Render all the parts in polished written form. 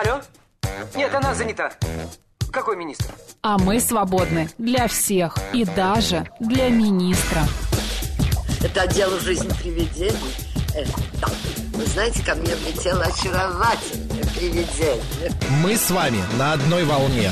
Алло? Нет, она занята. Какой министр? А мы свободны для всех и даже для министра. Это отдел «Жизнь привидений». Да. Вы знаете, ко мне влетело очаровательное привидение. Мы с вами на одной волне.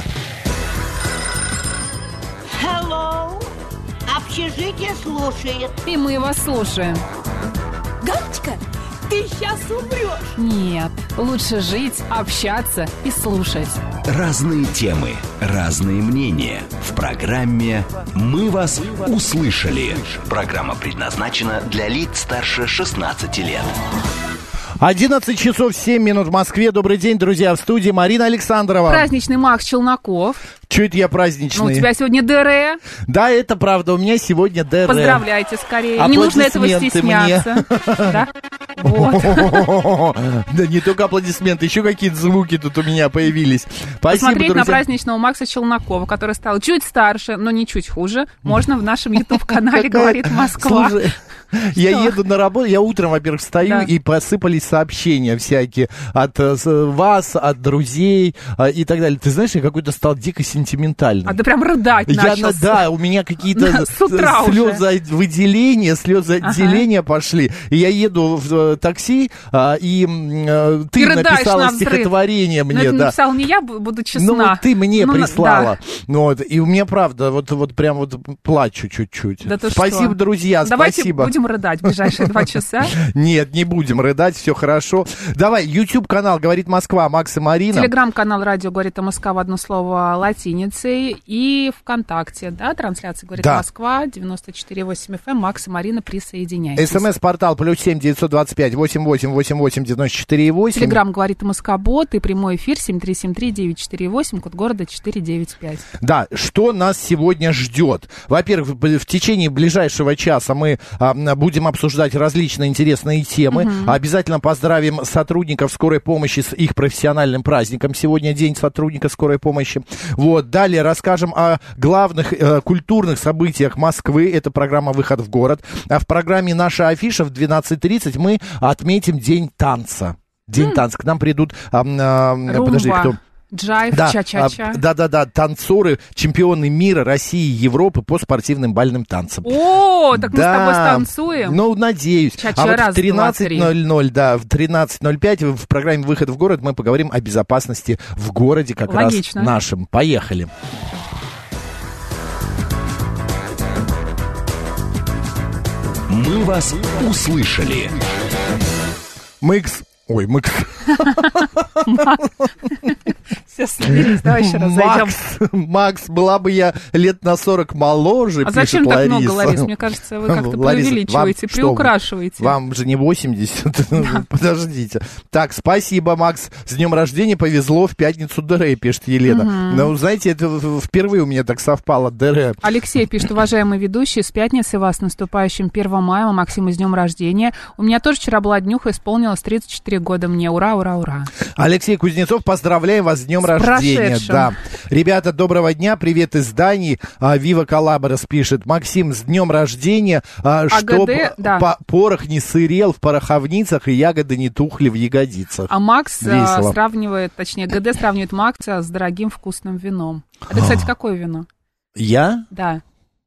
Hello. Общежитие слушает. И мы вас слушаем. Галочка, ты сейчас умрешь. Нет, лучше жить, общаться и слушать. Разные темы, разные мнения. В программе «Мы вас услышали». Программа предназначена для лиц старше 16 лет. 11 часов 7 минут в Москве. Добрый день, друзья. В студии Марина Александрова. Праздничный Макс Челноков. Че это я праздничный? Ну, у тебя сегодня ДР. Да, это правда, у меня сегодня ДР. Поздравляйте скорее. Не нужно этого стесняться. Да? Вот. Да не только аплодисменты, еще какие-то звуки тут у меня появились. Спасибо, посмотреть друзья. на праздничного Макса Челнокова, который стал чуть старше, но не чуть хуже, можно в нашем YouTube-канале «Говорит Москва». Слушай, я еду на работу, я утром, во-первых, встаю, и посыпались сообщения всякие от вас, от друзей и так далее. Ты знаешь, я какой-то стал дико сентиментальным. А ты прям рыдать начал. Да, у меня какие-то слезоотделения пошли. И я еду в такси, и ты написала стихотворение мне. Это написал не я, буду честна. Ну, ты мне прислала. И у меня, правда, вот прям вот плачу чуть-чуть. Спасибо, друзья, давайте спасибо. Будем рыдать в ближайшие 2 часа. Нет, не будем рыдать, все хорошо. Давай, YouTube-канал «Говорит Москва», Макс и Марина. Телеграм-канал «Радио говорит Москва» в одно слово латиницей. И ВКонтакте, да, трансляция «Говорит Москва», 94.8 FM, Макс и Марина, присоединяйтесь. СМС-портал +7 925 88 88 94 8. Телеграм «Говорит Москобот» и прямой эфир 7373948, код города 495. Да, что нас сегодня ждет? Во-первых, в течение ближайшего часа мы будем обсуждать различные интересные темы. Обязательно поздравим сотрудников скорой помощи с их профессиональным праздником. Сегодня день сотрудника скорой помощи. Вот. Далее расскажем о главных культурных событиях Москвы. Это программа «Выход в город». А в программе «Наша афиша» в 12:30 мы отметим День танца. День танца. К нам придут... подожди, кто... Джайв, ча-ча-ча. Да, танцоры, чемпионы мира, России, Европы по спортивным бальным танцам. О, так мы с тобой станцуем? Ну, надеюсь. Ча-ча, а вот раз, в 13:00, в 13:05 в программе «Выход в город» мы поговорим о безопасности в городе как раз нашем. Поехали. Мы вас услышали. Мыкс. Все соберись, давай еще раз зайдем. Макс, была бы я лет на 40 моложе, А зачем так Лариса. Много, Ларис? Мне кажется, вы как-то преувеличиваете, приукрашиваете. Вам же не 80, подождите. Так, спасибо, Макс, с днем рождения, повезло, в пятницу ДР, пишет Елена. Ну, знаете, это впервые у меня так совпало, ДР. Алексей пишет: уважаемые ведущие, с пятницы вас с наступающим 1 мая, Максим, с днем рождения. У меня тоже вчера была днюха, исполнилось 34 года мне. Ура, ура, ура. Алексей Кузнецов, поздравляем вас с днем рождения. Да. Ребята, доброго дня, привет из Дании. Вива Калабарас пишет: Максим, с днем рождения, чтобы порох не сырел в пороховницах и ягоды не тухли в ягодицах. А Макс сравнивает, точнее, ГД сравнивает Макса с дорогим вкусным вином. Это, кстати, какое вино? Я? Да.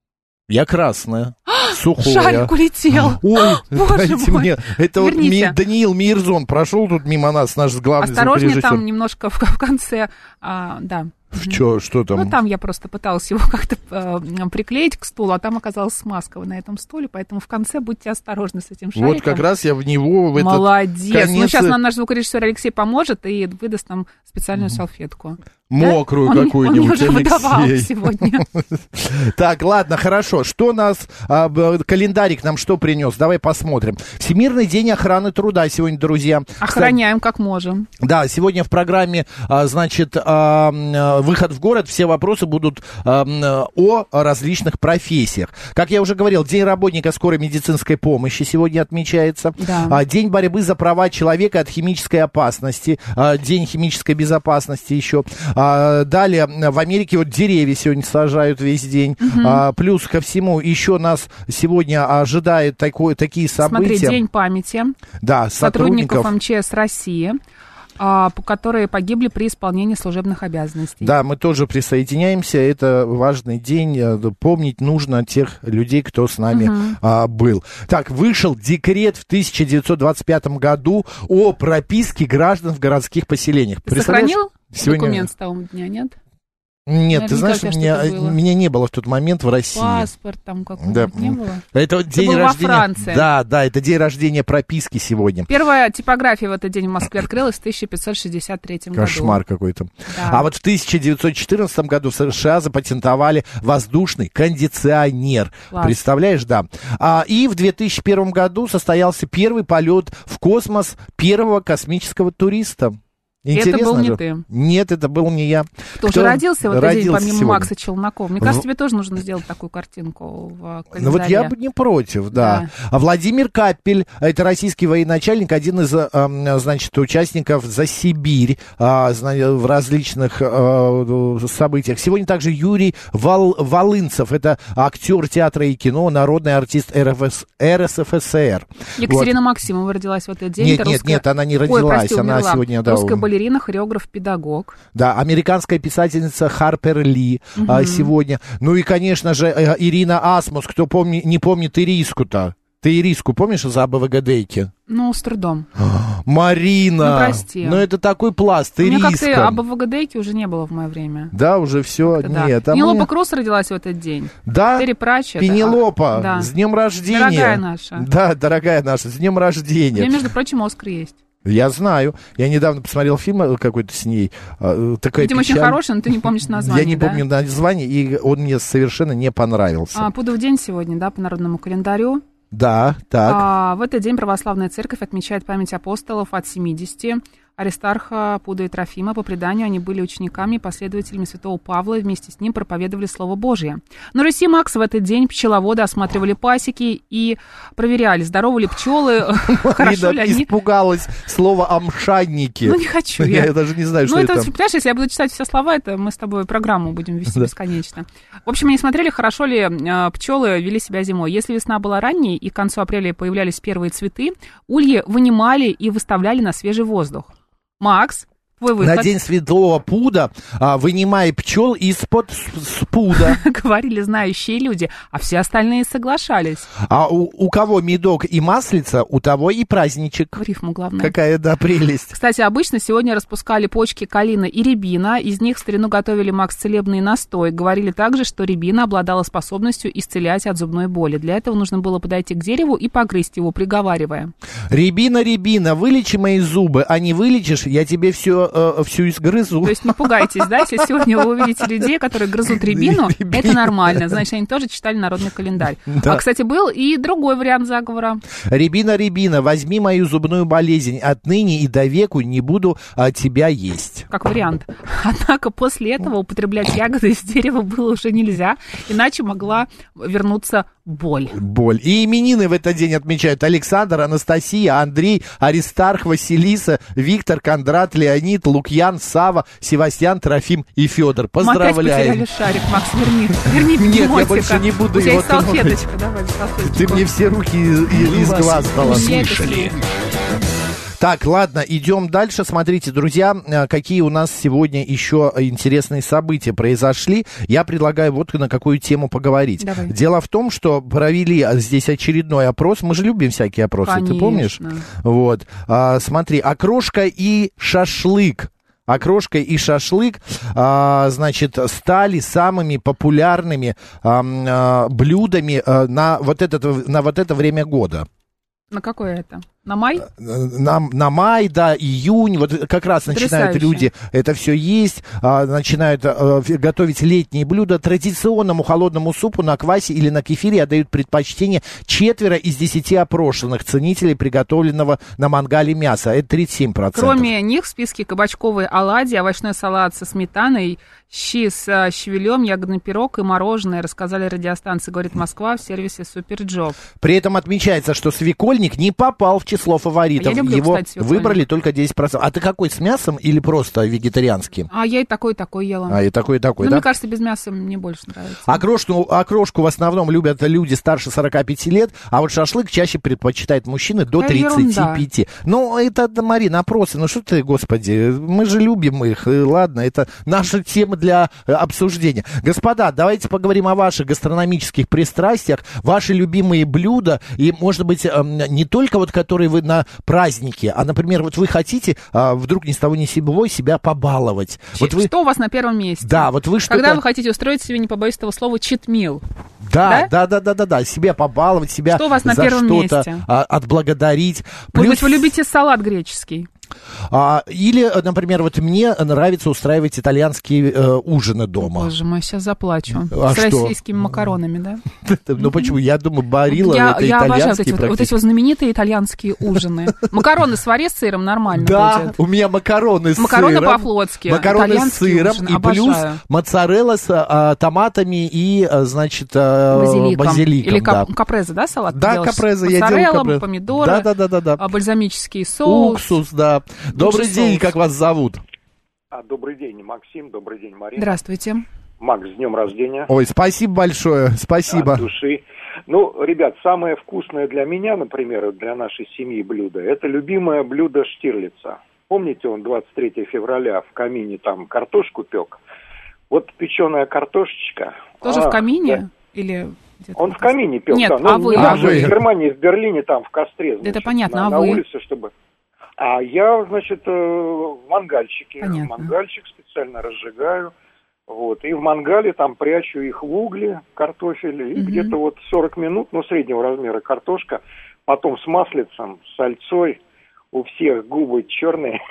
Я красная. Сухое. Шарик улетел. Ой, боже мой. Мне. Это верните. Вот Даниил Мирзон прошел тут мимо нас, наш главный осторожнее, звукорежиссер. там немножко в конце, да. Что там? Ну, там я просто пыталась его как-то приклеить к стулу, а там оказалась смазка на этом стуле, поэтому в конце будьте осторожны с этим шариком. Вот как раз я в него... Молодец. Конец... Ну, сейчас нам наш звукорежиссер Алексей поможет и выдаст нам специальную салфетку. Мокрую какую-нибудь, он мне уже выдавал сегодня. Так, ладно, хорошо. Что нас... Календарик нам что принес? Давай посмотрим. Всемирный день охраны труда сегодня, друзья. Охраняем как можем. Да, сегодня в программе, значит, «Выход в город» все вопросы будут о различных профессиях. Как я уже говорил, День работника скорой медицинской помощи сегодня отмечается. Да. День борьбы за права человека от химической опасности. День химической безопасности еще. Далее в Америке вот деревья сегодня сажают весь день. Плюс ко всему еще нас сегодня ожидают такие события. Смотри, День памяти. Да, сотрудников МЧС России. которые погибли при исполнении служебных обязанностей. Да, мы тоже присоединяемся. Это важный день. Помнить нужно тех людей, кто с нами был. Так, вышел декрет в 1925 году о прописке граждан в городских поселениях. Ты сохранил документ с того дня, нет? Нет, ты знаешь, меня не было в тот момент в России. Паспорт там какой-то не было? Это день рождения. Во Франции. Да, это день рождения прописки сегодня. Первая типография в этот день в Москве открылась в 1563 году. Кошмар какой-то. Да. А вот в 1914 году в США запатентовали воздушный кондиционер. Класс. Представляешь, да. И в 2001 году состоялся первый полет в космос первого космического туриста. Интересно это был не же. Ты. Нет, это был не я. Кто же родился в этот день, помимо сегодня? Макса Челнокова? Мне кажется, тебе тоже нужно сделать такую картинку в календаре. Ну вот я бы не против, да. А Владимир Каппель, это российский военачальник, один из, значит, участников «За Сибирь» в различных событиях. Сегодня также Юрий Волынцев, это актер театра и кино, народный артист РСФСР. Екатерина Максимова родилась в этот день. Нет, она не родилась, она сегодня, да. Русская балерина, хореограф, педагог. Да, американская писательница Харпер Ли сегодня. Ну и, конечно же, Ирина Асмус. Кто не помнит Ириску-то? Ты Ириску помнишь из АБВГДейки? Ну, с трудом. Марина! Ну, прости. Ну, это такой пласт, Ириска. У меня как-то АБВГДейки уже не было в мое время. Да, уже все. Нет. Пенелопа Крус родилась в этот день. Да? Терри Пратчетт. Пенелопа, да. С днем рождения. Дорогая наша. Да, дорогая наша, с днем рождения. У меня, между прочим, Оскар есть. Я знаю. Я недавно посмотрел фильм какой-то с ней. Такая видимо, печаль. очень хороший, но ты не помнишь название. Я не помню название, и он мне совершенно не понравился. Пудов день сегодня, да, по народному календарю. Да, так. В этот день православная церковь отмечает память апостолов от 70. Аристарха, Пуда и Трофима. По преданию, они были учениками и последователями святого Павла, и вместе с ним проповедовали Слово Божье. На Руси Макса в этот день пчеловоды осматривали пасеки и проверяли, здоровы ли пчелы, хорошо ли они. Испугалась слова «амшанники». Ну, не хочу я. Я даже не знаю, что это. Понимаешь, если я буду читать все слова, это мы с тобой программу будем вести бесконечно. В общем, они смотрели, хорошо ли пчелы вели себя зимой. Если весна была ранней и к концу апреля появлялись первые цветы, ульи вынимали и выставляли на свежий воздух. Макс, твой выход. На день святого Пуда вынимай пчел из-под спуда. Говорили знающие люди, а все остальные соглашались. А у кого медок и маслица, у того и праздничек. В рифму главное. Какая, да, прелесть. Кстати, обычно сегодня распускали почки калина и рябина. Из них в старину готовили, Макс, целебный настой. Говорили также, что рябина обладала способностью исцелять от зубной боли. Для этого нужно было подойти к дереву и погрызть его, приговаривая: «Рябина, рябина, вылечи мои зубы, а не вылечишь, я тебе всю изгрызу». То есть не пугайтесь, да, если сегодня вы увидите людей, которые грызут рябину, это нормально, значит, они тоже читали народный календарь. Да. А, кстати, был и другой вариант заговора. «Рябина, рябина, возьми мою зубную болезнь, отныне и до веку не буду тебя есть». Как вариант. Однако после этого употреблять ягоды из дерева было уже нельзя, иначе могла вернуться боль. И именины в этот день отмечают Александр, Анастасия, Андрей, Аристарх, Василиса, Виктор, Кондрат, Леонид, Лукьян, Сава, Севастьян, Трофим и Федор. Поздравляем. Мы опять потеряли шарик, Макс, верни Нет, я больше не буду его его трогать. Салфеточка, давай, салфеточку. Ты мне все руки из глаз дала. Услышали. Так, ладно, идем дальше. Смотрите, друзья, какие у нас сегодня еще интересные события произошли. Я предлагаю вот на какую тему поговорить. Давай. Дело в том, что провели здесь очередной опрос. Мы же любим всякие опросы, Конечно. Ты помнишь? Вот. Смотри, окрошка и шашлык. Окрошка и шашлык, значит, стали самыми популярными блюдами на вот это время года. На какое это? На май? На май, да, июнь, вот как раз начинают люди это все есть, начинают готовить летние блюда. Традиционному холодному супу на квасе или на кефире отдают предпочтение 4 из 10 опрошенных ценителей приготовленного на мангале мяса. Это 37%. Кроме них в списке кабачковые оладьи, овощной салат со сметаной, щи с щавелем, ягодный пирог и мороженое, рассказали радиостанции «Говорит Москва» в сервисе «Суперджоп». При этом отмечается, что свекольник не попал в число число фаворитов. Я люблю, Его кстати, выбрали только 10%. А ты какой, с мясом или просто вегетарианский? А я и такой ела. А, и такой, да? Мне кажется, без мяса мне больше нравится. Окрошку в основном любят люди старше 45 лет, а вот шашлык чаще предпочитают мужчины до 35. Ну, это, Марина, опросы, ну что ты, господи, мы же любим их, и ладно, это наша тема для обсуждения. Господа, давайте поговорим о ваших гастрономических пристрастиях, ваши любимые блюда, и, может быть, не только вот которые вы на празднике, а, например, вот вы хотите вдруг ни с того ни с сего себя побаловать. Вот вы... Что у вас на первом месте? Да, вот вы что-то... Когда вы хотите устроить себе, не побоюсь этого слова, читмил. Да, себя побаловать, себя что у вас на за первом что-то месте? Отблагодарить. Может быть, вы любите салат греческий? Или, например, вот мне нравится устраивать итальянские ужины дома. Боже мой, сейчас заплачу. С российскими макаронами, да? Ну почему? Я думаю, Барилла это я итальянские обожаю вот эти вот знаменитые итальянские ужины. Макароны с варе с сыром нормально будет. Да, у меня макароны с сыром. Макароны по-флотски. Макароны с сыром. И плюс моцарелла с томатами и, значит, базиликом. Или капреза, да, салат? Да, капреза, я делаю капреза. Моцарелла, помидоры, бальзамический соус. Уксус, да. Добрый день, как вас зовут? Добрый день, Максим, добрый день, Марина. Здравствуйте. Макс, с днем рождения. Ой, спасибо большое, спасибо. От души. Ну, ребят, самое вкусное для меня, например, для нашей семьи блюдо, это любимое блюдо Штирлица. Помните, он 23 февраля в камине там картошку пек? Вот печеная картошечка. Тоже в камине? Да. Или... Он в камине пек, нет, да. Ну, вы? В Германии, в Берлине, там, в костре. Значит, это понятно, на улице, чтобы... А я, значит, в мангальчике. Понятно. Мангальчик специально разжигаю. Вот. И в мангале там прячу их в угле, картофель. И где-то вот 40 минут, ну, среднего размера картошка. Потом с маслицем, с сальцой. У всех губы черные.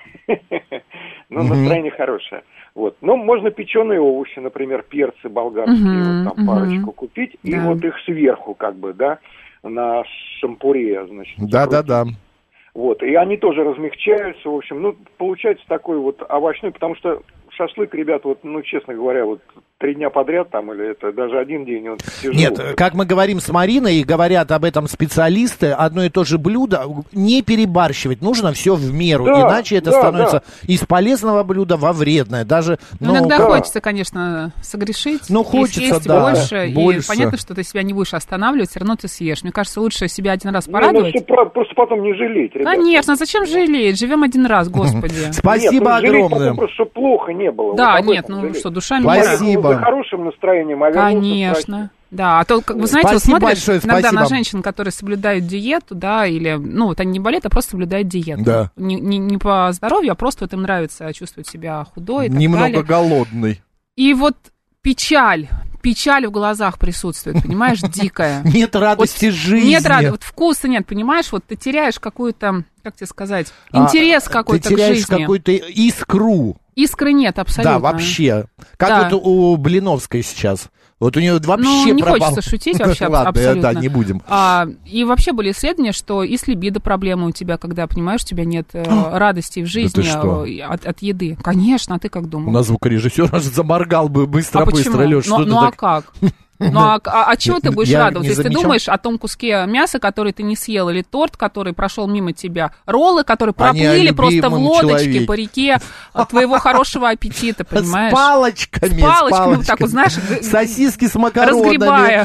Но настроение хорошее. Вот. Ну, можно печеные овощи, например, перцы болгарские, вот там парочку купить. И вот их сверху, как бы, да, на шампуре, значит. Да. Вот, и они тоже размягчаются, в общем, ну, получается такой вот овощной, потому что шашлык, ребят, вот, ну, честно говоря, вот 3 дня подряд там, или это даже один день, он тяжело. Нет, как мы говорим с Мариной, и говорят об этом специалисты, одно и то же блюдо не перебарщивать, нужно все в меру, иначе это становится из полезного блюда во вредное, даже... иногда хочется, конечно, согрешить, хочется, съесть больше, и понятно, что ты себя не будешь останавливать, все равно ты съешь. Мне кажется, лучше себя один раз порадовать. Просто потом не жалеть, ребят. Конечно, зачем жалеть? Живем один раз, господи. Спасибо огромное. Просто, чтобы плохо не было. Да, нет, ну что, душа мира. Спасибо. За хорошим настроением, конечно. Да, а то, вы знаете, вот смотришь иногда на женщин, которые соблюдают диету, да, или, ну, вот они не болеют, а просто соблюдают диету. Да. Не по здоровью, а просто вот им нравится чувствовать себя худой и так немного далее. Голодный. И вот печаль в глазах присутствует, понимаешь, дикая. Нет радости жизни. Нет радости, вот вкуса нет, понимаешь, вот ты теряешь какую-то, как тебе сказать, интерес какой-то к жизни. Ты теряешь какую-то искру. Искры нет, абсолютно. Да, вообще. Как вот у Блиновской сейчас. Вот у нее вообще не пропал. Хочется шутить вообще, ладно, абсолютно. Да, не будем. И вообще были исследования, что и с либидо проблемы у тебя, когда, понимаешь, у тебя нет радости в жизни от еды. Конечно, а ты как думал? У нас звукорежиссер аж заморгал бы быстро-быстро, Лёш. Ну а как? Ну, а чего ты будешь радоваться, если ты думаешь о том куске мяса, который ты не съел, или торт, который прошел мимо тебя, роллы, которые проплыли просто в лодочке по реке твоего хорошего аппетита, понимаешь? С палочками. С палочками, так вот, знаешь, сосиски с макаронами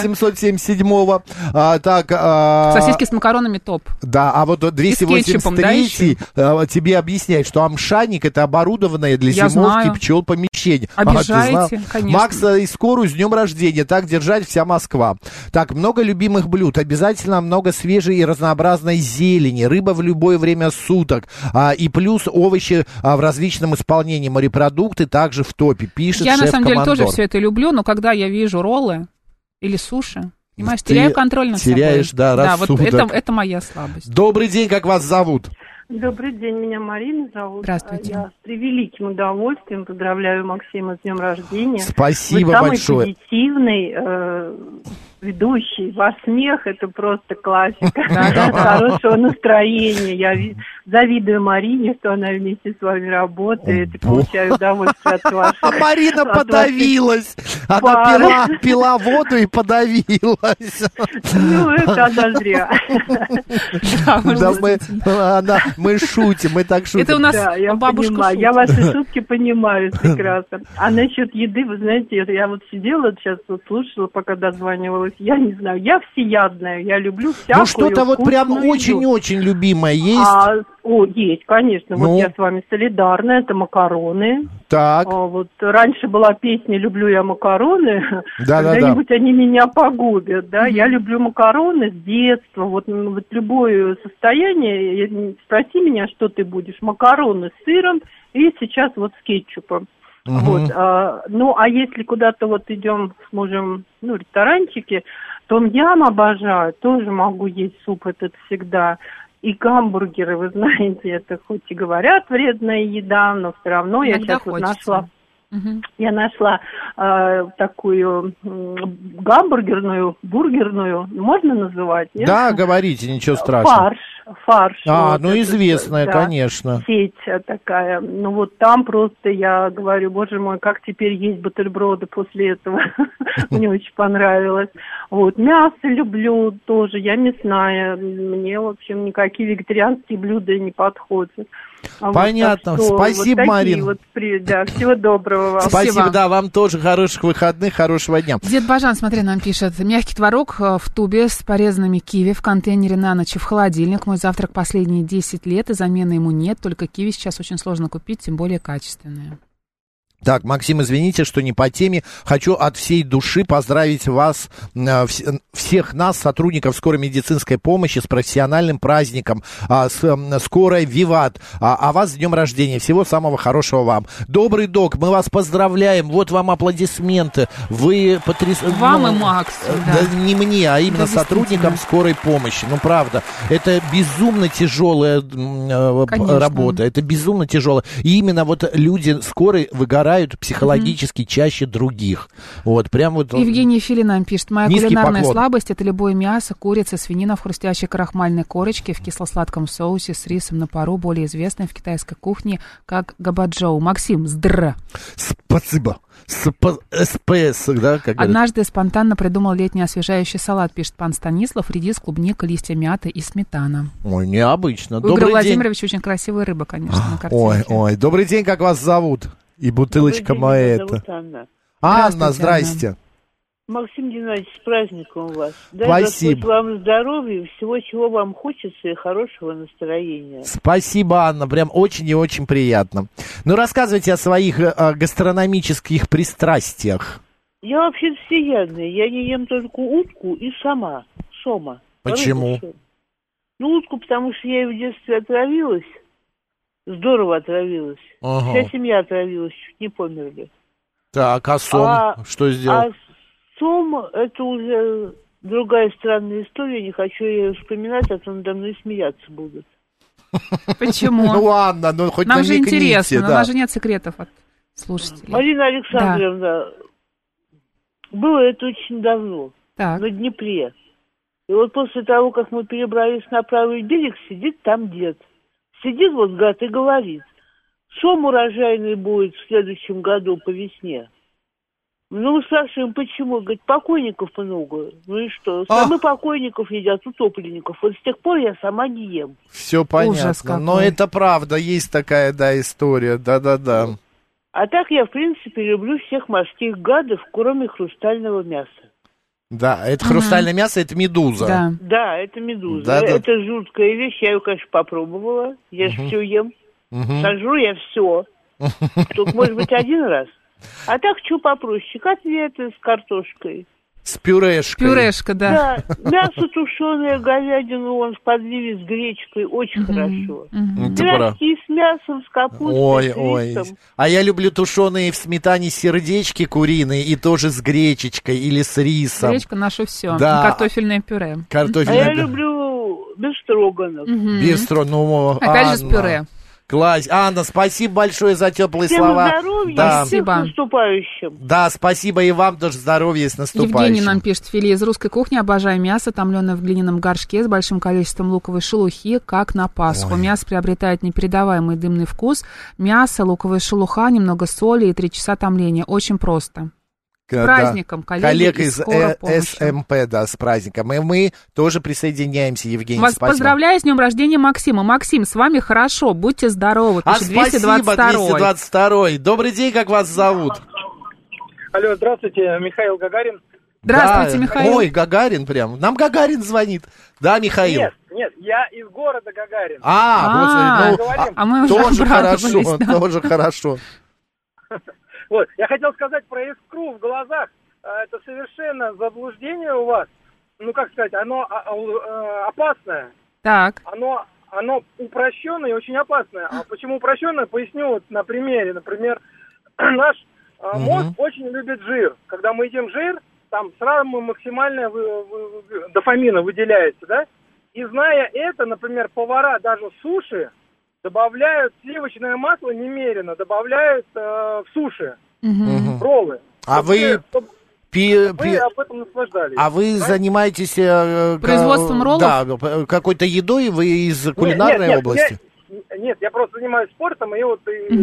877-го. Сосиски с макаронами топ. Да, а вот 283-й тебе объясняет, что амшаник — это оборудованное для зимовки пчел помещение. Обижаете, конечно. Макса и Скору с днем рождения. Так держать вся Москва. Так, много любимых блюд. Обязательно много свежей и разнообразной зелени. Рыба в любое время суток. И плюс овощи в различном исполнении. Морепродукты также в топе. Пишет я, на самом деле, тоже все это люблю, но когда я вижу роллы или суши, понимаешь, теряю контроль над собой. Теряешь, да, рассудок. Да, вот это моя слабость. Добрый день, как вас зовут? Добрый день, меня Марина зовут. Здравствуйте. Я с превеликим удовольствием поздравляю Максима с днем рождения. Спасибо большое. Вы самый позитивный ведущий. Ваш смех — это просто классика. Хорошего настроения. Я завидую Марине, что она вместе с вами работает, и получаю удовольствие от ваших... А Марина подавилась. Она пила воду и подавилась. Ну, это она зря. Мы шутим, мы так шутим. Это у нас я бабушка понимаю, шутит. я ваши шутки понимаю прекрасно. А насчет еды, вы знаете, я вот сидела сейчас, слушала, пока дозванивалась, я не знаю, я всеядная, я люблю всякую Ну, что-то вот прям вкусную еду. очень-очень любимое есть? Есть, конечно. Ну? Вот я с вами солидарна, это макароны. Так. Вот раньше была песня «Люблю я макароны», когда-нибудь они меня погубят, да. Я люблю макароны с детства, вот любое состояние, спроси меня, что ты будешь, макароны с сыром и сейчас вот с кетчупом. Вот, ну, а если куда-то вот идем с мужем, ну, ресторанчики, том-ям обожаю, тоже могу есть суп этот всегда. И гамбургеры, вы знаете, это хоть и говорят вредная еда, но все равно я сейчас вот нашла. Я нашла такую бургерную, можно называть? Нет? Да, говорите, ничего страшного. Фарш. Ну известная, да, конечно. Сеть такая. Ну вот там просто я говорю, боже мой, как теперь есть бутерброды после этого. Мне очень понравилось. Вот, мясо люблю тоже, я мясная. Мне, в общем, никакие вегетарианские блюда не подходят. Понятно. Вот, спасибо, вот Марина. Вот, да, всего доброго вам. Спасибо, да, вам тоже хороших выходных, хорошего дня. Дед Бажан, смотри, нам пишет. Мягкий творог в тубе с порезанными киви в контейнере на ночь в холодильник. Мой завтрак последние 10 лет, и замены ему нет. Только киви сейчас очень сложно купить, тем более качественные. Так, Максим, извините, что не по теме. Хочу от всей души поздравить вас, всех нас, сотрудников скорой медицинской помощи, с профессиональным праздником, с скорой «Виват». А вас с днем рождения. Всего самого хорошего вам. Добрый док, мы вас поздравляем. Вот вам аплодисменты. Вы потрясаете. Вам и Макс. Да, не мне, а именно сотрудникам скорой помощи. Ну, правда, это безумно тяжелая работа. Это безумно тяжело. И именно вот люди скорой выгорают психологически чаще других. Вот, прям вот... Евгений Фили нам пишет. Моя Низкий кулинарная поклон. слабость — это любое мясо, курица, свинина в хрустящей крахмальной корочке, в кисло-сладком соусе с рисом на пару, более известной в китайской кухне как габаджоу. Максим, здра. Спасибо. СПС, да, как Однажды спонтанно придумал летний освежающий салат, пишет пан Станислав. Редис, клубника, листья мяты и сметана. Ой, необычно. У Игоря Добрый Владимировича день. очень красивая рыба, конечно, на картинке. Ой, добрый день, как вас зовут? И бутылочка моя это. Анна. Анна, здрасте. Максим Геннадьевич, с праздником вас. Дай Спасибо. Господь вам здоровья, всего, чего вам хочется, и хорошего настроения. Спасибо, Анна, прям очень и очень приятно. Ну, рассказывайте о своих гастрономических пристрастиях. Я вообще всеядная, я не ем только утку и сома. Почему? Ну, утку, потому что я и в детстве отравилась, здорово отравилась. Вся семья отравилась, чуть не померли. Так, а сом что сделал? А сом, это уже другая странная история, не хочу ее вспоминать, а то надо мной смеяться будут. Почему? Ну ладно, ну хоть нам же намекните, интересно, да. у нас же нет секретов от слушателей. Марина Александровна, было это очень давно, так. на Днепре. И вот после того, как мы перебрались на правый берег, сидит там дед. Сидит вот гад и говорит: сом урожайный будет в следующем году по весне. Ну, мы спрашиваем, почему? Говорит, покойников много. Ну и что? Самы покойников едят, утопленников. Вот с тех пор я сама не ем. Все понятно. Но это правда, есть такая, да, история. Да-да-да. А так я, в принципе, люблю всех морских гадов, кроме хрустального мяса. Да, это хрустальное мясо, это медуза. Да, это медуза. Да. Это жуткая вещь, я ее, конечно, попробовала. Я же все ем. Сожру я все. Только, может быть, один раз. А так, что попроще? Котлеты с картошкой. С пюрешкой. Пюрешка, да. Да, мясо тушеное, говядину, он в подливе с гречкой, очень хорошо. Пирожки с мясом, с капустой, с рисом. А я люблю тушеные в сметане сердечки куриные и тоже с гречечкой или с рисом. Гречка наше все. Да. Картофельное пюре. А я люблю бефстроганов. Бефстроганов. Опять же с пюре. Класс. Анна, спасибо большое за теплые слова. Всем здоровья, да. спасибо. С наступающим. Да, спасибо и вам тоже здоровья с наступающим. Евгений нам пишет: филе из русской кухни, обожаю мясо, томленое в глиняном горшке с большим количеством луковой шелухи, как на Пасху. Мясо приобретает непередаваемый дымный вкус. Мясо, луковая шелуха, немного соли и 3 часа томления. Очень просто. С праздником, коллег из СМП, да, с праздником. И мы тоже присоединяемся, Евгений, вас спасибо. Поздравляю с днем рождения Максима. Максим, с вами хорошо, будьте здоровы. Пишет спасибо, 222. Добрый день, как вас зовут? Алло, здравствуйте, Михаил Гагарин. Здравствуйте, да. Михаил. Ой, Гагарин прям. Нам Гагарин звонит. Да, Михаил? Нет, я из города Гагарин. Господи, мы уже тоже хорошо, да. тоже хорошо. Вот, я хотел сказать про искру в глазах. Это совершенно заблуждение у вас. Ну, как сказать, оно опасное. Так. Оно упрощенное и очень опасное. А почему упрощенное, поясню вот на примере. Например, наш мозг очень любит жир. Когда мы едим жир, там сразу максимальное дофамина выделяется, да? И зная это, например, повара даже суши добавляют сливочное масло немерено, добавляют в суши, роллы. А вы об этом наслаждались. А вы занимаетесь производством роллов? Да, какой-то едой, вы из кулинарной области? Нет, я просто занимаюсь спортом, и вот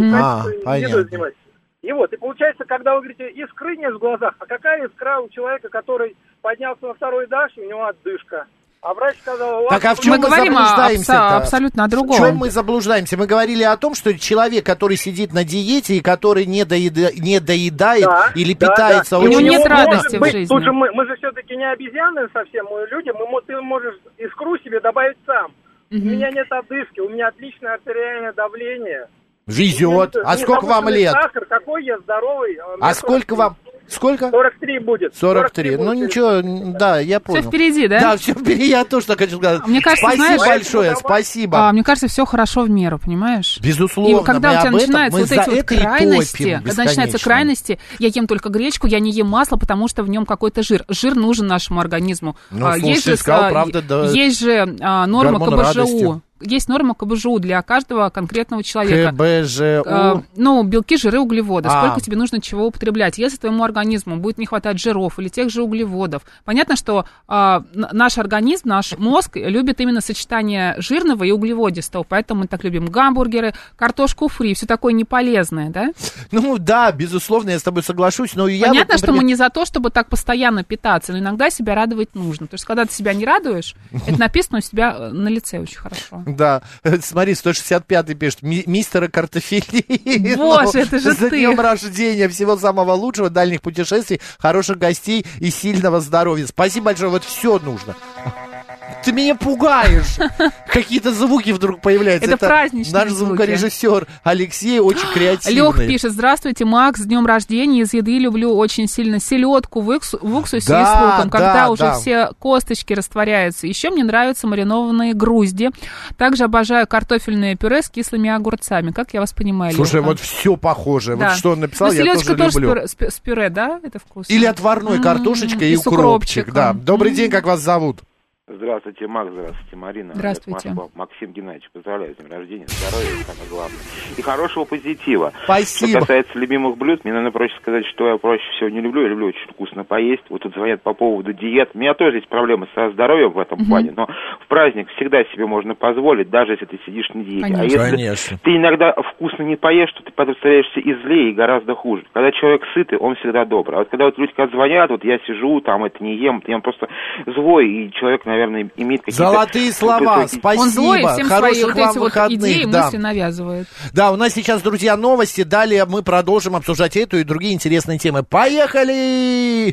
едой занимаюсь. И вот, и получается, когда вы говорите, искры нет в глазах, а какая искра у человека, который поднялся на второй этаж, и у него отдышка? А врач сказал... Так, а в чем мы говорим заблуждаемся? Абсолютно о другом. В чем мы заблуждаемся? Мы говорили о том, что человек, который сидит на диете и который не доедает или питается... Да. У него нет радости в жизни. Тут же мы же все-таки не обезьяны совсем, мы люди. Ты можешь искру себе добавить сам. У меня нет одышки, у меня отличное артериальное давление. Везет. А сколько вам лет? Сахар, какой я здоровый. А сколько вам... Сколько? 43 будет. 43. Ну ничего, да, я понял. Все впереди, да? Да, все впереди, я тоже так хочу сказать. Мне кажется, спасибо большое, спасибо. Мне кажется, все хорошо в меру, понимаешь? Безусловно. И когда у тебя начинаются вот эти вот крайности, когда начинаются крайности, я ем только гречку, я не ем масло, потому что в нем какой-то жир. Жир нужен нашему организму. Ну, слушай, сказал, правда, да. Есть же норма КБЖУ. Радости. Есть норма КБЖУ для каждого конкретного человека. КБЖУ? Белки, жиры, углеводы. Сколько тебе нужно чего употреблять. Если твоему организму будет не хватать жиров или тех же углеводов. Понятно, что наш организм, наш мозг любит именно сочетание жирного и углеводистого. Поэтому мы так любим гамбургеры, картошку фри, все такое неполезное, да? Ну да, безусловно, я с тобой соглашусь. Но понятно, я вот, например... что мы не за то, чтобы так постоянно питаться, но иногда себя радовать нужно. То есть, когда ты себя не радуешь, это написано у тебя на лице очень хорошо. Да, смотри, 165-й пишет, мистера картофелей. Боже, это же ты. За ты. днем рождения, всего самого лучшего, дальних путешествий, хороших гостей и сильного здоровья. Спасибо большое, вот все нужно. Ты меня пугаешь. Какие-то звуки вдруг появляются. Это праздничные наш звукорежиссер Алексей очень креативный. Лех пишет: здравствуйте, Макс, с днем рождения. Из еды люблю очень сильно селедку в уксусе и с луком, когда уже все косточки растворяются. Еще мне нравятся маринованные грузди. Также обожаю картофельное пюре с кислыми огурцами. Как я вас понимаю, Слушай, Леха? вот все похоже. Да. Вот что он написал, я тоже тоже люблю. С пюре, да? Это вкусно. Или отварной картошечкой и укропчик. Да. Добрый день, как вас зовут? Здравствуйте, Макс, здравствуйте, Марина. Здравствуйте. Максим Геннадьевич, поздравляю с днем рождения, здоровья, самое главное. И хорошего позитива. Спасибо. Что касается любимых блюд, мне, наверное, проще сказать, что я проще всего не люблю. Я люблю очень вкусно поесть. Вот тут звонят по поводу диет. У меня тоже есть проблемы со здоровьем в этом плане, но в праздник всегда себе можно позволить, даже если ты сидишь на диете. Конечно. А если ты иногда вкусно не поешь, то ты потом становишься и злее, и гораздо хуже. Когда человек сытый, он всегда добрый. А вот когда вот люди звонят, вот я сижу, там это не ем, я просто злой, и человек, наверное, имеет какие-то... Золотые слова, спасибо. Он злой, всем свои вот эти вот идеи, да. мысли навязывает. Да, у нас сейчас, друзья, новости. Далее мы продолжим обсуждать эту и другие интересные темы. Поехали!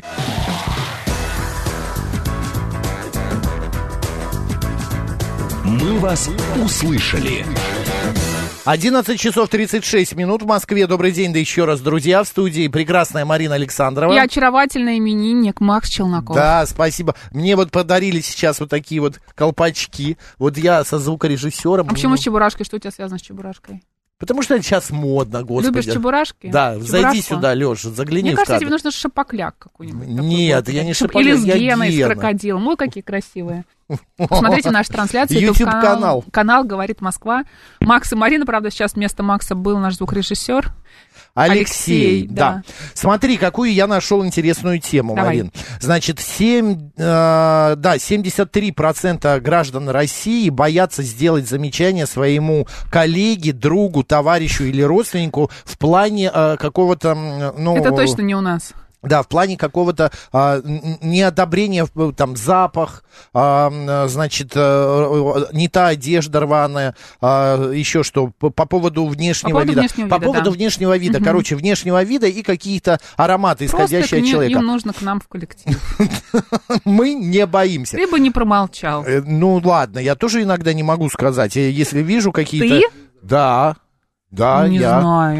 Мы вас услышали. 11 часов 36 минут в Москве. Добрый день, да еще раз, друзья, в студии прекрасная Марина Александрова. И очаровательный именинник Макс Челноков. Да, спасибо. Мне вот подарили сейчас вот такие вот колпачки. Вот я со звукорежиссером. А почему с чебурашкой? Что у тебя связано с чебурашкой? Потому что это сейчас модно, господи. Любишь чебурашки? Да, Чебурашку? Зайди сюда, Леш, загляни Мне в кажется, кадр. тебе нужно шапокляк какой-нибудь. Нет, я не шапокляк, Или с я Геной, с Гена. крокодилом. Ой, какие красивые. Посмотрите нашу трансляцию. YouTube-канал. Канал «Говорит Москва». Макс и Марина, правда, сейчас вместо Макса был наш звукорежиссер. Алексей, да. Смотри, какую я нашел интересную тему, Давай. Марин. Значит, 73% граждан России боятся сделать замечание своему коллеге, другу, товарищу или родственнику в плане какого-то... Это точно не у нас. Да, в плане какого-то неодобрения, там, запах, значит, не та одежда рваная, еще что, по поводу внешнего вида. По поводу внешнего вида, короче, внешнего вида и какие-то ароматы, исходящие от человека. Им нужно к нам в коллектив. Мы не боимся. Ты бы не промолчал. Ну, ладно, я тоже иногда не могу сказать, если вижу какие-то... Ты? Да. Да, не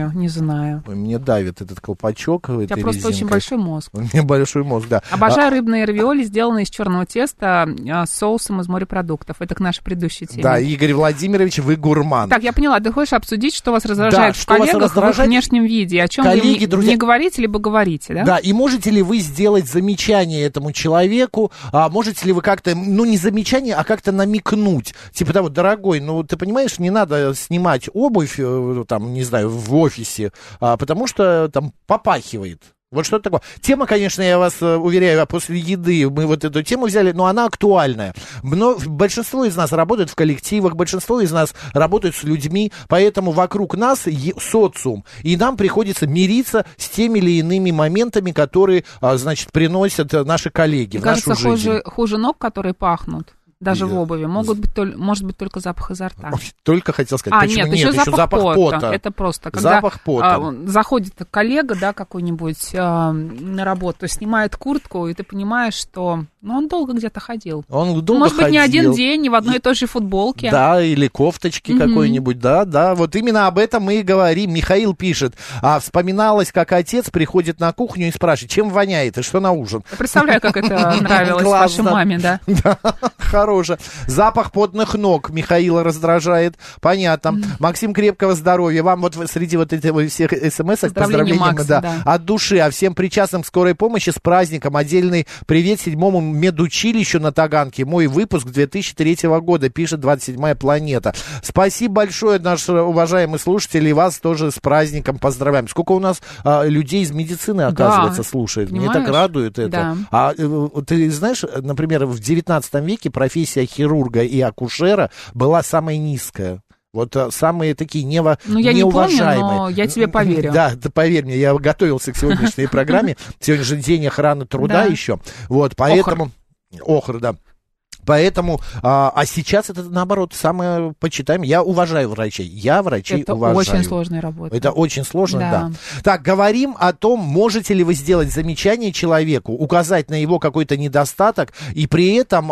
знаю. Ой, мне давит этот колпачок. У тебя просто очень большой мозг. У меня большой мозг, да. Обожаю рыбные равиоли, сделанные из черного теста с соусом из морепродуктов. Это к нашей предыдущей теме. Да, Игорь Владимирович, вы гурман. Так, я поняла, ты хочешь обсудить, что вас раздражает в коллегах в внешнем виде? О чем коллеги, вы друзья... не говорите, либо говорите, да? Да, и можете ли вы сделать замечание этому человеку? Можете ли вы как-то, не замечание, а как-то намекнуть? Типа того, дорогой, ты понимаешь, не надо снимать обувь, там, не знаю, в офисе, потому что там попахивает. Вот что такое. Тема, конечно, я вас уверяю, после еды мы вот эту тему взяли, но она актуальная. Но большинство из нас работает в коллективах, большинство из нас работает с людьми, поэтому вокруг нас социум, и нам приходится мириться с теми или иными моментами, которые, значит, приносят наши коллеги в нашу жизнь. Кажется, хуже ног, которые пахнут. Даже в обуви. Может быть только запах изо рта. Только хотел сказать. Почему нет, еще запах пота. Это просто, когда запах пота. Заходит коллега, да, какой-нибудь на работу, снимает куртку, и ты понимаешь, что он долго где-то ходил. Он долго Может быть, ходил. не один день, не в одной и той же футболке. Да, или кофточки какой-нибудь, да. Вот именно об этом мы и говорим. Михаил пишет, вспоминалось, как отец приходит на кухню и спрашивает, чем воняет и что на ужин. Я представляю, как это нравилось вашей маме, да. Да, хорошее. Запах потных ног Михаила раздражает. Понятно. Максим, крепкого здоровья. Вам вот среди вот этих всех смс-ок поздравления от души. А всем причастным к скорой помощи с праздником. Отдельный привет 7-му медучилищу на Таганке. Мой выпуск 2003 года, пишет 27-я планета. Спасибо большое, наши уважаемые слушатели, и вас тоже с праздником поздравляем. Сколько у нас людей из медицины, оказывается, слушает. Понимаешь? Мне так радует это. Да. Ты знаешь, например, в 19 веке профессия хирурга и акушера была самая низкая. Вот самые такие неуважаемые. Я не помню, но я тебе поверю. Да, поверь мне, я готовился к сегодняшней программе. Сегодня же день охраны труда еще. Вот, поэтому... Охр, да. Поэтому, а сейчас это, наоборот, самое почитаемое. Я уважаю врачей. Я врачей уважаю. Это очень сложная работа. Это очень сложно, да. Так, говорим о том, можете ли вы сделать замечание человеку, указать на его какой-то недостаток, и при этом,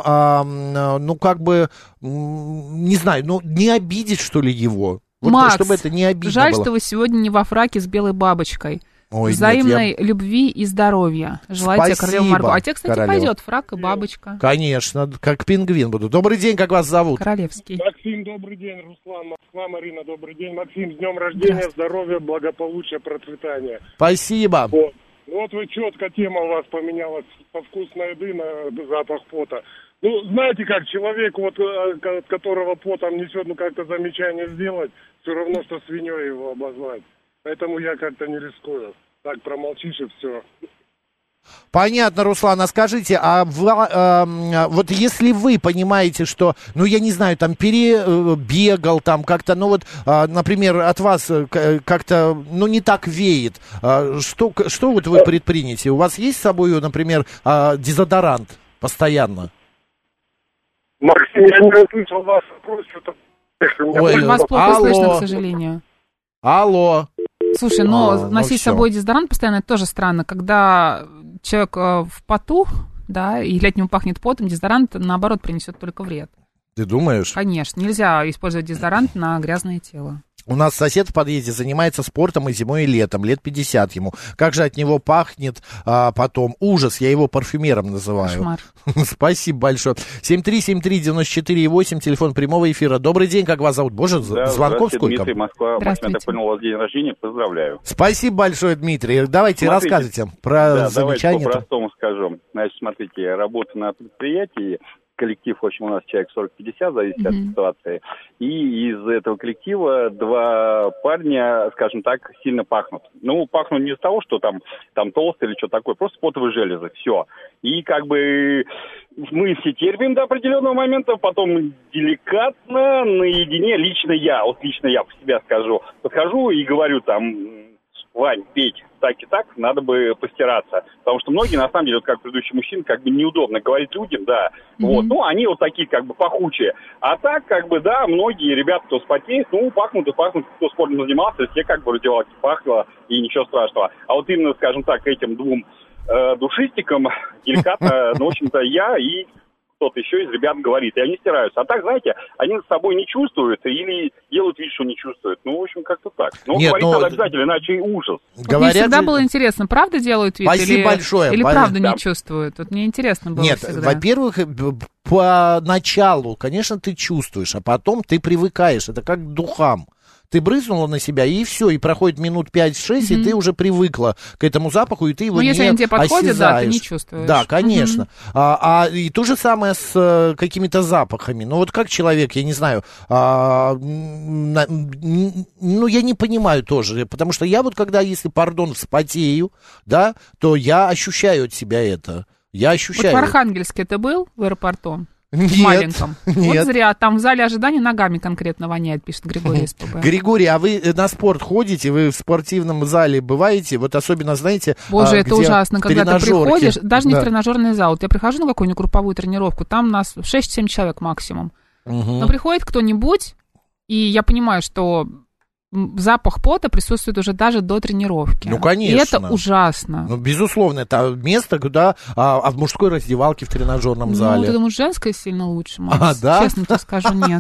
не знаю, не обидеть, что ли, его. Вот, Макс, чтобы это не обидно жаль, было. что вы сегодня не во фраке с белой бабочкой. Ой, взаимной любви и здоровья. Желаю тебе, королева Марго. А тебе, кстати, пойдет фрак и бабочка. Конечно, как пингвин буду. Добрый день, как вас зовут? Королевский. Максим, добрый день. Руслан, Москва, Марина, добрый день. Максим, с днем рождения, здоровья, благополучия, процветания. Спасибо. Вот вы четко, тема у вас поменялась со вкусной еды на запах пота. Знаете как, человек, от которого потом несет, как-то замечание сделать, все равно, что свиньей его обозвать. Поэтому я как-то не рискую. Так, промолчишь и все. Понятно, Руслан, а скажите, вот если вы понимаете, что, я не знаю, там, перебегал, там, как-то, например, от вас как-то, не так веет, что вот вы предпримете? У вас есть с собой, например, дезодорант постоянно? Максим, я не услышал вас вопрос, вас плохо слышно, к сожалению. Алло. Слушай, носить с собой дезодорант постоянно, это тоже странно. Когда человек в поту, да, и от него пахнет потом, дезодорант, наоборот, принесет только вред. Ты думаешь? Конечно, нельзя использовать дезодорант на грязное тело. У нас сосед в подъезде занимается спортом и зимой, и летом, лет 50 ему. Как же от него пахнет потом. Ужас, я его парфюмером называю. Кошмар. Спасибо большое. 7373948, телефон прямого эфира. Добрый день, как вас зовут? Боже, да, звонков сколько? Дмитрий, Москва. Я так понял, у вас день рождения, поздравляю. Спасибо большое, Дмитрий. Давайте рассказывайте про замечания. Давайте по-простому скажу. Значит, смотрите, я работаю на предприятии. Коллектив, в общем, у нас человек 40-50, зависит от ситуации. И из этого коллектива 2 парня, скажем так, сильно пахнут. Ну, пахнут не из-за того, что там толстый или что такое, просто потовые железы, все. И как бы мы все терпим до определенного момента, потом деликатно, наедине, лично я по себе скажу, подхожу и говорю там: Вань, Петь, так и так, надо бы постираться. Потому что многие, на самом деле, вот как предыдущий мужчина, как бы неудобно говорить людям, да. Вот, ну, они вот такие, как бы, пахучие. А так, как бы, да, многие ребята, кто спотеет, ну, пахнут, кто спортом занимался, все как бы в раздевалке пахло, и ничего страшного. А вот именно, скажем так, этим 2 душистикам деликатно, ну, в общем-то, я и кто-то еще из ребят говорит, и они стираются. А так, знаете, они с собой не чувствуют или делают вид, что не чувствуют. Ну, в общем, как-то так. Но говорить надо обязательно, иначе и ужас. Мне всегда было интересно, правда делают вид или правда да. не чувствуют? Вот мне интересно было всегда. Во-первых, поначалу, конечно, ты чувствуешь, а потом ты привыкаешь. Это как к духам. Ты брызнула на себя, и все, и проходит минут 5-6, и ты уже привыкла к этому запаху, и ты его не осязаешь. Если они тебе подходят, да, ты не чувствуешь. Да, конечно. И то же самое с какими-то запахами. Ну, вот как человек, я не знаю, ну, я не понимаю тоже, потому что я вот когда, если, вспотею, да, то я ощущаю от себя это. Я ощущаю. Вот в Архангельске ты был в аэропорту? Нет, в маленьком. Нет. Вот зря. Там в зале ожидания ногами конкретно воняет, пишет Григорий СПБ. Григорий, а вы на спорт ходите? Вы в спортивном зале бываете? Вот особенно, знаете, Боже, это ужасно, когда ты приходишь, даже не да. в тренажерный зал. Вот я прихожу на какую-нибудь групповую тренировку, там у нас 6-7 человек максимум. Но приходит кто-нибудь, и я понимаю, что запах пота присутствует уже даже до тренировки. Ну, конечно. И это ужасно. Ну, безусловно, это место, куда... А в мужской раздевалке в тренажерном зале? Ну, ты думаешь, женское сильно лучше, Макс? А, да? Честно тебе скажу, нет.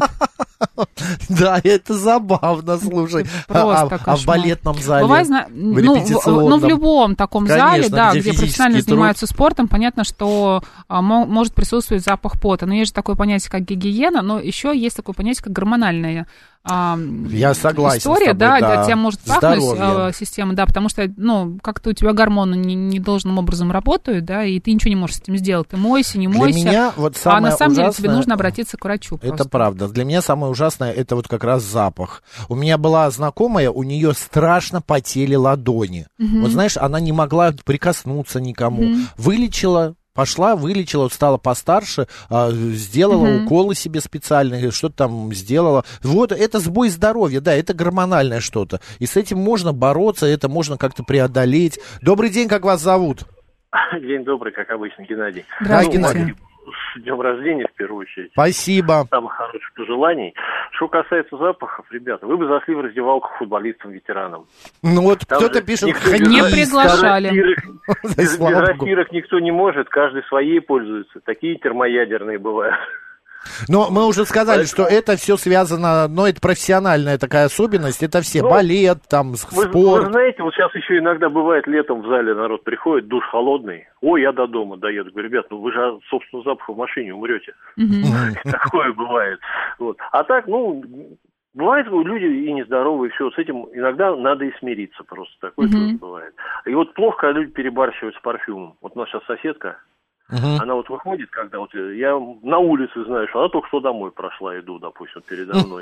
Да, это забавно, слушай. А в балетном зале? Бывает, ну, в любом таком зале, да, где профессионально занимаются спортом, понятно, что может присутствовать запах пота. Но есть же такое понятие, как гигиена, но еще есть такое понятие, как гормональная я согласен история, с тобой, да, тебя может пахнуть система, да, потому что, ну, как-то у тебя гормоны не должным образом работают, да, и ты ничего не можешь с этим сделать. Ты мойся, не мойся. Для меня вот а на самом деле тебе нужно обратиться к врачу. Это просто. правда. Для меня самое ужасное это вот как раз запах. У меня была знакомая, у нее страшно потели ладони. Вот знаешь, она не могла прикоснуться никому. Вылечила. Пошла, вылечила, стала постарше, сделала уколы себе специальные, что-то там сделала. Вот это сбой здоровья, да, это гормональное что-то. И с этим можно бороться, это можно как-то преодолеть. Добрый день, как вас зовут? День добрый, как обычно, Геннадий. Здравствуйте. Геннадий, с днем рождения, в первую очередь. Спасибо. Самых хороших пожеланий. Что касается запахов, ребята, вы бы зашли в раздевалку футболистам-ветеранам. Ну вот кто-то пишет, не приглашали. Без расстирок никто не может, каждый своей пользуется. Такие термоядерные бывают. Но мы уже сказали, что это все связано, но это профессиональная такая особенность, это все, балет, там, спорт. Вы знаете, вот сейчас еще иногда бывает летом в зале народ приходит, душ холодный, ой, я до дома доеду. Говорю, ребят, ну вы же от собственного запаха в машине умрете. Такое бывает. А так, ну, бывает, люди и нездоровые, все, с этим иногда надо и смириться просто, такое тоже бывает. И вот плохо, когда люди перебарщивают с парфюмом. Вот у нас сейчас соседка, она вот выходит, когда вот я на улице знаю, что она только что домой прошла, иду, допустим, передо мной.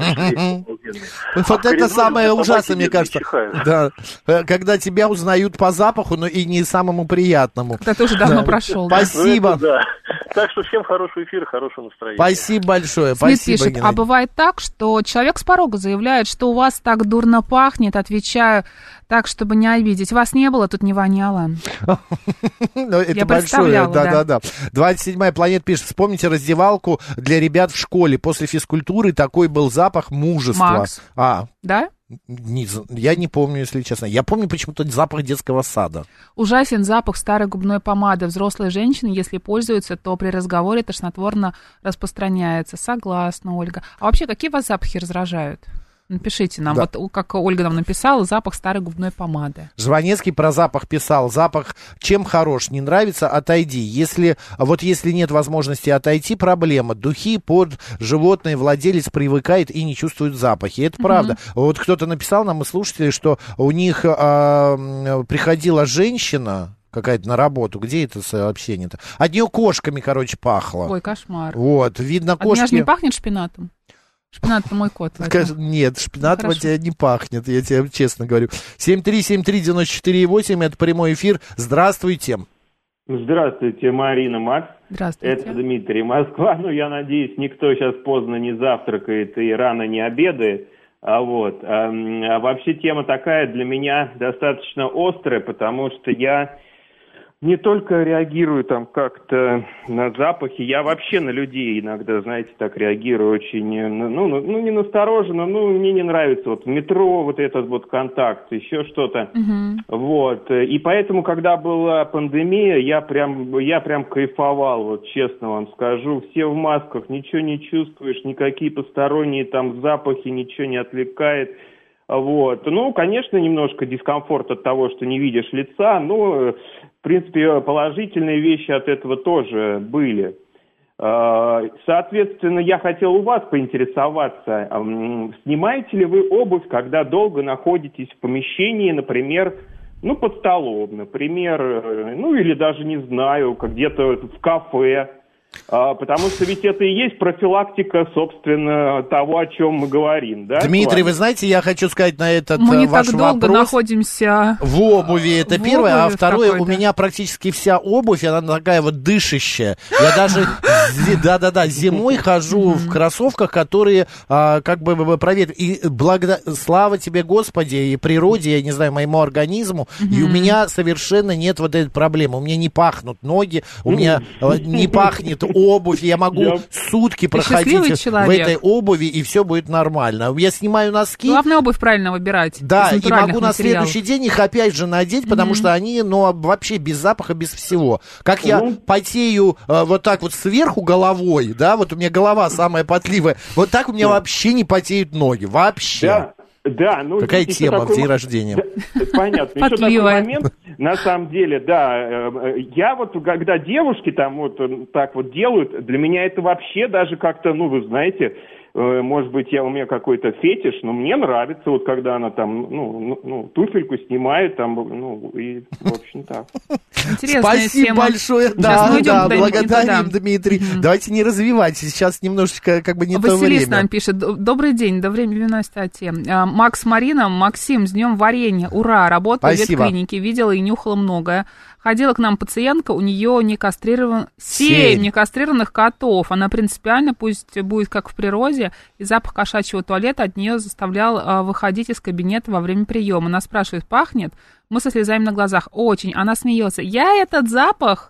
Вот это самое ужасное, мне кажется. Да, когда тебя узнают по запаху, но и не самому приятному. Когда ты уже давно прошел. Спасибо. Так что всем хорошего эфира, хорошего настроения. Спасибо большое. Смит пишет, а бывает так, что человек с порога заявляет, что у вас так дурно пахнет, отвечаю так, чтобы не обидеть. Вас не было, тут не воняло. Это большое, да. 27-я планета пишет, вспомните раздевалку для ребят в школе. После физкультуры такой был запах мужества. Макс. Да? Я не помню, если честно. Я помню почему-то запах детского сада. Ужасен запах старой губной помады. Взрослые женщины, если пользуются, то при разговоре тошнотворно распространяется. Согласна, Ольга. А вообще, какие вас запахи раздражают? Напишите нам, Да. вот как Ольга нам написала, запах старой губной помады. Жванецкий про запах писал. Запах чем хорош? Не нравится? Отойди. Если нет возможности отойти, проблема. Духи под животные владелец привыкает и не чувствует запахи. Это правда. Вот кто-то написал нам, и слушатели, что у них приходила женщина какая-то на работу. Где это сообщение-то? От нее кошками, короче, пахло. Ой, кошмар. Вот, видно, От кошки... меня же не пахнет шпинатом? Шпинат — это мой кот. Нет, шпинатом от тебя не пахнет, я тебе честно говорю. 7373948, это прямой эфир. Здравствуйте. Здравствуйте, Марина, Макс. Здравствуйте. Это Дмитрий, Москва. Ну, я надеюсь, никто сейчас поздно не завтракает и рано не обедает. А вообще тема такая для меня достаточно острая, потому что я не только реагирую там как-то на запахи, я вообще на людей иногда, знаете, так реагирую очень, не настороженно, мне не нравится вот в метро вот этот вот контакт, еще что-то, вот, и поэтому, когда была пандемия, я прям кайфовал, вот честно вам скажу, все в масках, ничего не чувствуешь, никакие посторонние там запахи, ничего не отвлекает. Вот. Конечно, немножко дискомфорт от того, что не видишь лица, но, в принципе, положительные вещи от этого тоже были. Соответственно, я хотел у вас поинтересоваться, снимаете ли вы обувь, когда долго находитесь в помещении, например, под столом, например, или даже, не знаю, где-то в кафе, потому что ведь это и есть профилактика, собственно, того, о чем мы говорим, да? Дмитрий, вы знаете, я хочу сказать на этот ваш вопрос. Мы не так долго находимся в обуви, это первое, а второе, у меня практически вся обувь, она такая вот дышащая. Я даже, зимой хожу в кроссовках, которые проветривают. И слава тебе, Господи, и природе, я не знаю, моему организму, и у меня совершенно нет вот этой проблемы. У меня не пахнут ноги, у меня не пахнет обувь, я могу сутки проходить в этой обуви, и все будет нормально. Я снимаю носки. Главное, обувь правильно выбирать. Да, и могу на следующий день их опять же надеть, потому что они, вообще без запаха, без всего. Как я потею вот так вот сверху головой, да, вот у меня голова самая потливая, вот так у меня вообще не потеют ноги, вообще. Да, какая тема в день рождения? Понятно. Еще такой момент, на самом деле, да, я вот, когда девушки там вот так вот делают, для меня это вообще даже как-то, вы знаете, может быть, у меня какой-то фетиш, но мне нравится, вот когда она там, туфельку снимает, там, и, в общем, так. Интересная Спасибо тема. большое. Да, благодарим, Дмитрий. Давайте не развивайте, сейчас немножечко не то время. Василис нам пишет: добрый день, до временной статьи. Макс, Марина, Максим, с днем варенья, ура, работаю в ветклинике, видела и нюхала многое. Ходила к нам пациентка, у нее 7 некастрированных котов. Она принципиально, пусть будет как в природе, и запах кошачьего туалета от нее заставлял выходить из кабинета во время приема. Она спрашивает, пахнет? Мы со слезами на глазах. Очень. Она смеется. Я этот запах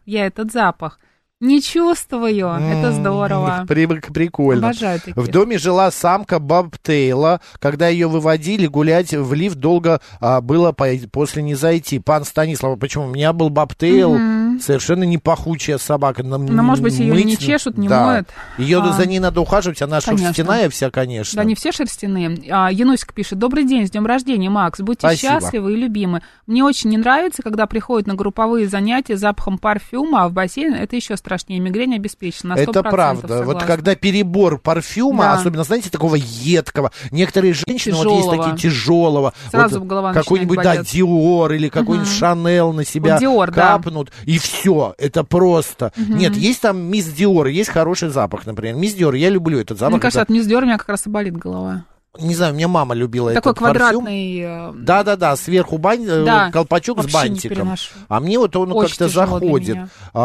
не чувствую. Это здорово. Прикольно. Обожаю таких. В доме жила самка бобтейла. Когда ее выводили, гулять в лифт долго было после не зайти. Пан Станислав, почему? У меня был бобтейл, совершенно не пахучая собака. Но, может быть, ее не чешут, не моют. Ее за ней надо ухаживать, она шерстяная вся, конечно. Да, не все шерстяные. Янусик пишет: добрый день, с днем рождения, Макс. Будьте счастливы и любимы. Мне очень не нравится, когда приходят на групповые занятия с запахом парфюма, а в бассейн это еще страшнее. Мигрень обеспечена. Это правда. Согласна. Вот когда перебор парфюма, особенно, знаете, такого едкого, некоторые женщины, вот есть такие тяжелого, сразу в голова какой-нибудь, Диор или какой-нибудь Шанел на себя капнут, и все, это просто. Нет, есть там мисс Диор, есть хороший запах, например. Мисс Диор, я люблю этот запах. Мне кажется, от мисс Диор у меня как раз и болит голова. Не знаю, у меня мама любила такой этот парфюм. Квадратный... Да, сверху колпачок с бантиком. А мне вот он очень как-то заходит.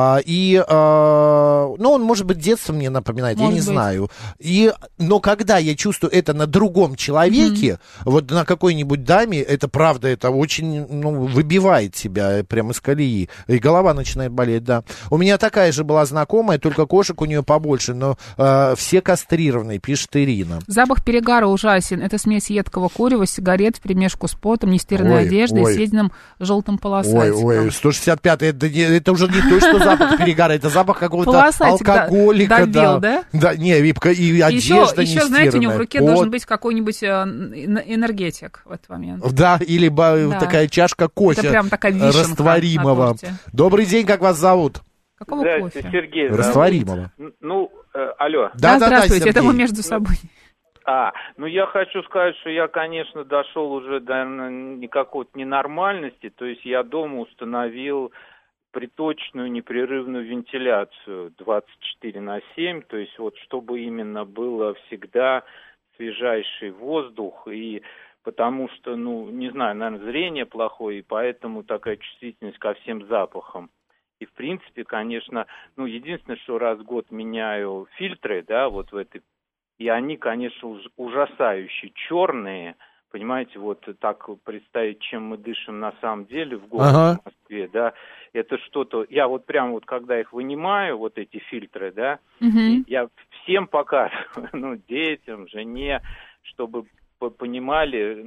Он, может быть, детство мне напоминает, я не знаю. Но когда я чувствую это на другом человеке, вот на какой-нибудь даме, это правда, это очень выбивает тебя прямо из колеи. И голова начинает болеть, да. У меня такая же была знакомая, только кошек у нее побольше, но все кастрированные, пишет Ирина. Запах перегара ужасен. согласен. Это смесь едкого курева, сигарет вперемешку с потом, нестиранной одеждой, съеденным желтым полосатиком. Ой, 165-й, это уже не то, что запах перегара, это запах какого-то алкоголика. Давил, да? Да, не, и одежда еще, знаете, у него в руке должен быть какой-нибудь энергетик в этот момент. Да, или такая чашка кофе. Это прям такая вишенка растворимого. Добрый день, как вас зовут? Какого кофе? Сергей. Растворимого. Алло. Да, здравствуйте, Сергей. Это мы между собой. Я хочу сказать, что я, конечно, дошел уже до какой-то ненормальности, то есть я дома установил приточную непрерывную вентиляцию 24/7, то есть вот чтобы именно было всегда свежайший воздух, и потому что, не знаю, наверное, зрение плохое, и поэтому такая чувствительность ко всем запахам. И, в принципе, конечно, единственное, что раз в год меняю фильтры, да, вот в этой, и они, конечно, ужасающие, черные, понимаете, вот так представить, чем мы дышим на самом деле в городе в Москве, да, это что-то, я вот прям вот, когда их вынимаю, вот эти фильтры, да, я всем показываю, детям, жене, чтобы понимали,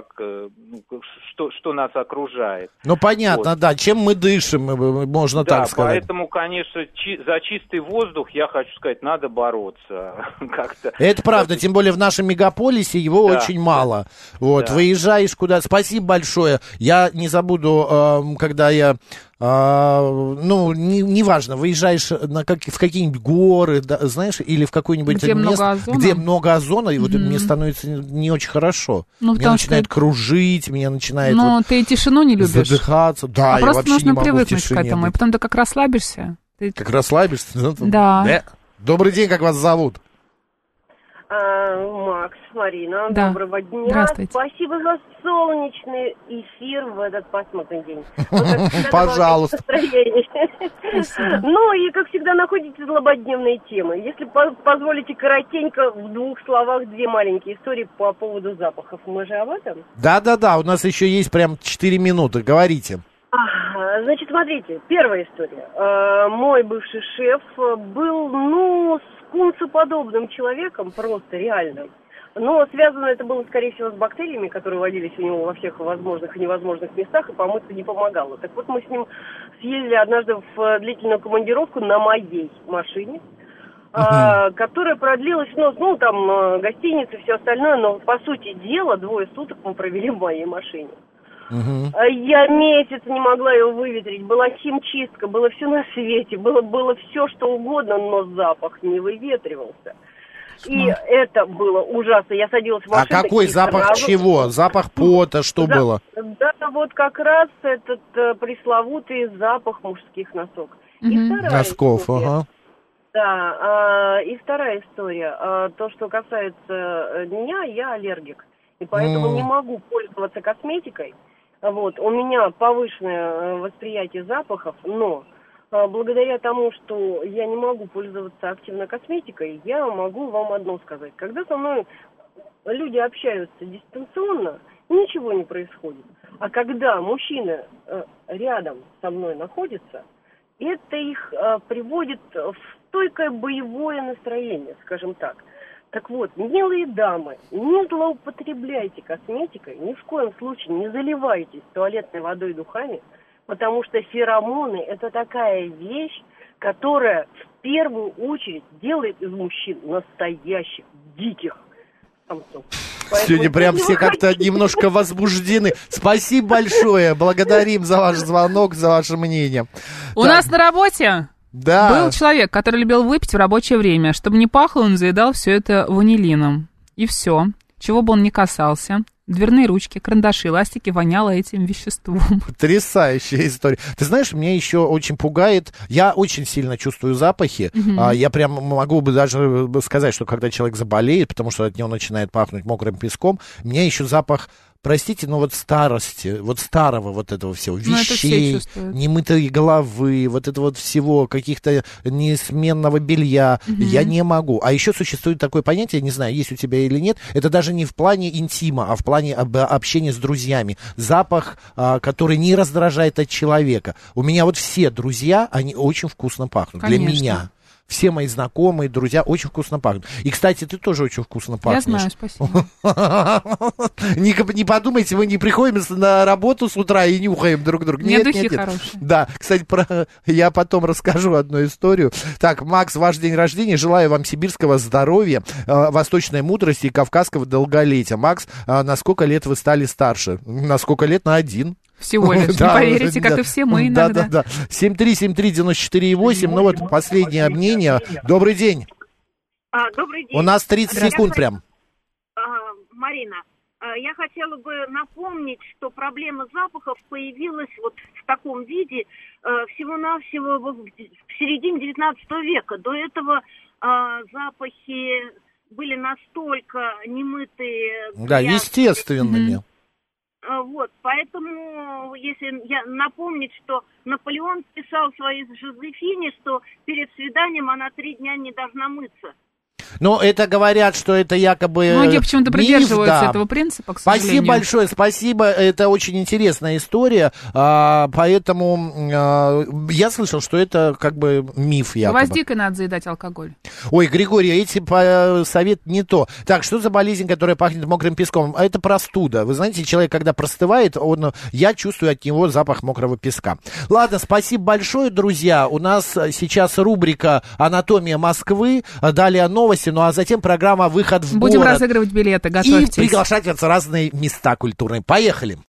что нас окружает. Понятно, да, чем мы дышим, можно так сказать. Поэтому, конечно, за чистый воздух, я хочу сказать, надо бороться как-то. Это правда, тем более в нашем мегаполисе его очень мало. Выезжаешь куда-то. Спасибо большое. Я не забуду, когда я неважно, выезжаешь в какие-нибудь горы, да, знаешь, или в какое-нибудь место, где много озона, и вот мне становится не очень хорошо. Меня начинает кружить, меня начинает ты и тишину не любишь. Задыхаться. Да, я вообще не могу в тишине. Просто нужно привыкнуть к этому, и потом ты как расслабишься. Как расслабишься? Да. Добрый день, как вас зовут? Макс, Марина, да. Доброго дня. Здравствуйте. Спасибо за солнечный эфир в этот пасмурный день. Пожалуйста. И, как всегда, находите злободневные темы. Если позволите коротенько, в 2 словах 2 маленькие истории по поводу запахов. Мы же об этом? Да, у нас еще есть прям 4 минуты. Говорите. Значит, смотрите, первая история. Мой бывший шеф был, скунсоподобным человеком, просто реально. Но связано это было, скорее всего, с бактериями, которые водились у него во всех возможных и невозможных местах, и помыться не помогало. Так вот, мы с ним съездили однажды в длительную командировку на моей машине, которая продлилась, там гостиница и все остальное, но, по сути дела, 2 суток мы провели в моей машине. Я месяц не могла его выветрить, была химчистка, было все на свете, было все что угодно, но запах не выветривался. И это было ужасно. Я садилась в машину. А какой запах чего? Запах пота, что было? Да, вот как раз этот пресловутый запах мужских носок. Носков, Да, и вторая история. То, что касается меня, я аллергик. И поэтому не могу пользоваться косметикой. У меня повышенное восприятие запахов, но благодаря тому, что я не могу пользоваться активно косметикой, я могу вам одно сказать. Когда со мной люди общаются дистанционно, ничего не происходит. А когда мужчина рядом со мной находится, это их приводит в стойкое боевое настроение, скажем так. Так вот, милые дамы, не злоупотребляйте косметикой, ни в коем случае не заливайтесь туалетной водой и духами, потому что феромоны – это такая вещь, которая в первую очередь делает из мужчин настоящих, диких самцов. Сегодня прям все как-то немножко возбуждены. Спасибо большое, благодарим за ваш звонок, за ваше мнение. У нас на работе... Да. Был человек, который любил выпить в рабочее время. Чтобы не пахло, он заедал все это ванилином. И все. Чего бы он ни касался. Дверные ручки, карандаши, ластики воняло этим веществом. Потрясающая история. Ты знаешь, меня еще очень пугает. Я очень сильно чувствую запахи. Я прям могу бы даже сказать, что когда человек заболеет, потому что от него начинает пахнуть мокрым песком, меня еще запах... Простите, но старости, старого этого всего, вещей, немытой головы, этого всего, каких-то несменного белья, я не могу. А еще существует такое понятие, не знаю, есть у тебя или нет, это даже не в плане интима, а в плане общения с друзьями. Запах, который не раздражает от человека. У меня все друзья, они очень вкусно пахнут. Конечно. Для меня. Все мои знакомые, друзья очень вкусно пахнут. И, кстати, ты тоже очень вкусно пахнешь. Я знаю, спасибо. Не подумайте, мы не приходим на работу с утра и нюхаем друг друга. Нет, духи хорошие. Да, кстати, я потом расскажу одну историю. Так, Макс, ваш день рождения. Желаю вам сибирского здоровья, восточной мудрости и кавказского долголетия. Макс, на сколько лет вы стали старше? На сколько лет? На 1. Всего лишь, не поверите, как и все мы иногда. Да. 7373948, ну вот последнее мнение. Добрый день. Добрый день. У нас 30 секунд прям. Марина, я хотела бы напомнить, что проблема запахов появилась вот в таком виде всего-навсего в середине 19 века. До этого запахи были настолько немытые. Да, естественными. Вот, поэтому, если напомнить, что Наполеон писал своей Жозефине, что перед свиданием она 3 дня не должна мыться. Ну, это говорят, что это якобы многие почему-то придерживаются да. этого принципа, к сожалению. Спасибо большое, спасибо. Это очень интересная история. Поэтому я слышал, что это как бы миф якобы. Гвоздикой надо заедать алкоголь. Ой, Григорий, эти совет не то. Так, что за болезнь, которая пахнет мокрым песком? Это простуда. Вы знаете, человек, когда простывает, я чувствую от него запах мокрого песка. Ладно, спасибо большое, друзья. У нас сейчас рубрика «Анатомия Москвы». Далее новости. Ну а затем программа «Выход в город». Будем разыгрывать билеты, готовьтесь. И приглашать вас в разные места культурные. Поехали!